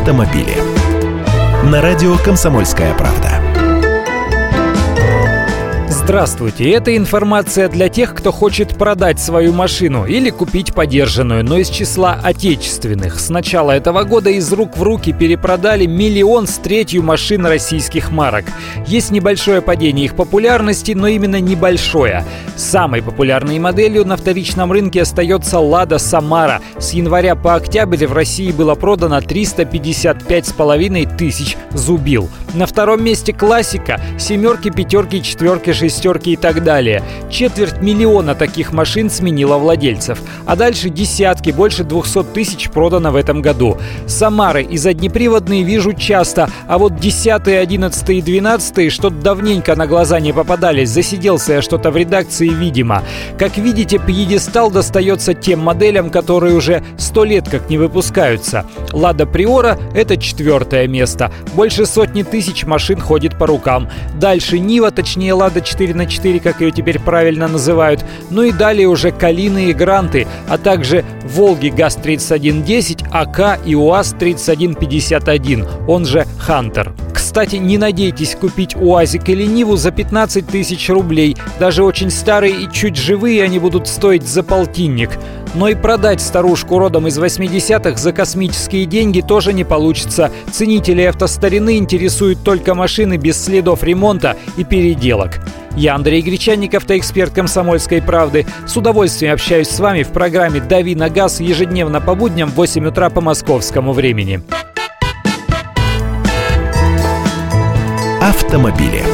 автомобили. На радио «Комсомольская правда». Здравствуйте, это информация для тех, кто хочет продать свою машину или купить подержанную, но из числа отечественных. С начала этого года из рук в руки перепродали 1 300 000 машин российских марок. Есть небольшое падение их популярности, но именно небольшое. Самой популярной моделью на вторичном рынке остается «Лада Самара». С января по октябрь в России было продано 355,5 тысяч «Зубил». На втором месте классика – семерки, пятерки, четверки, шестерки и так далее. 250 000 таких машин сменило владельцев. А дальше десятки, больше 200 тысяч продано в этом году. Самары и заднеприводные вижу часто, а вот 10-е, 11-е и 12-е что-то давненько на глаза не попадались. Засиделся я что-то в редакции, видимо. Как видите, пьедестал достается тем моделям, которые уже 100 лет как не выпускаются. «Лада Приора» — это 4-е место. Больше сотни тысяч машин ходит по рукам. Дальше «Нива», точнее «Лада 4х4», как ее теперь правильно называют. Ну и далее уже «Калины» и «Гранты», а также «Волги» ГАЗ-3110, АК и УАЗ-3151, он же «Хантер». Кстати, не надейтесь купить УАЗик или Ниву за 15 тысяч рублей. Даже очень старые и чуть живые они будут стоить за полтинник. Но и продать старушку родом из 80-х за космические деньги тоже не получится. Ценителей автостарины интересуют только машины без следов ремонта и переделок. Я Андрей Гречанник, автоэксперт «Комсомольской правды». С удовольствием общаюсь с вами в программе «Дави на газ» ежедневно по будням в 8 утра по московскому времени. Автомобили.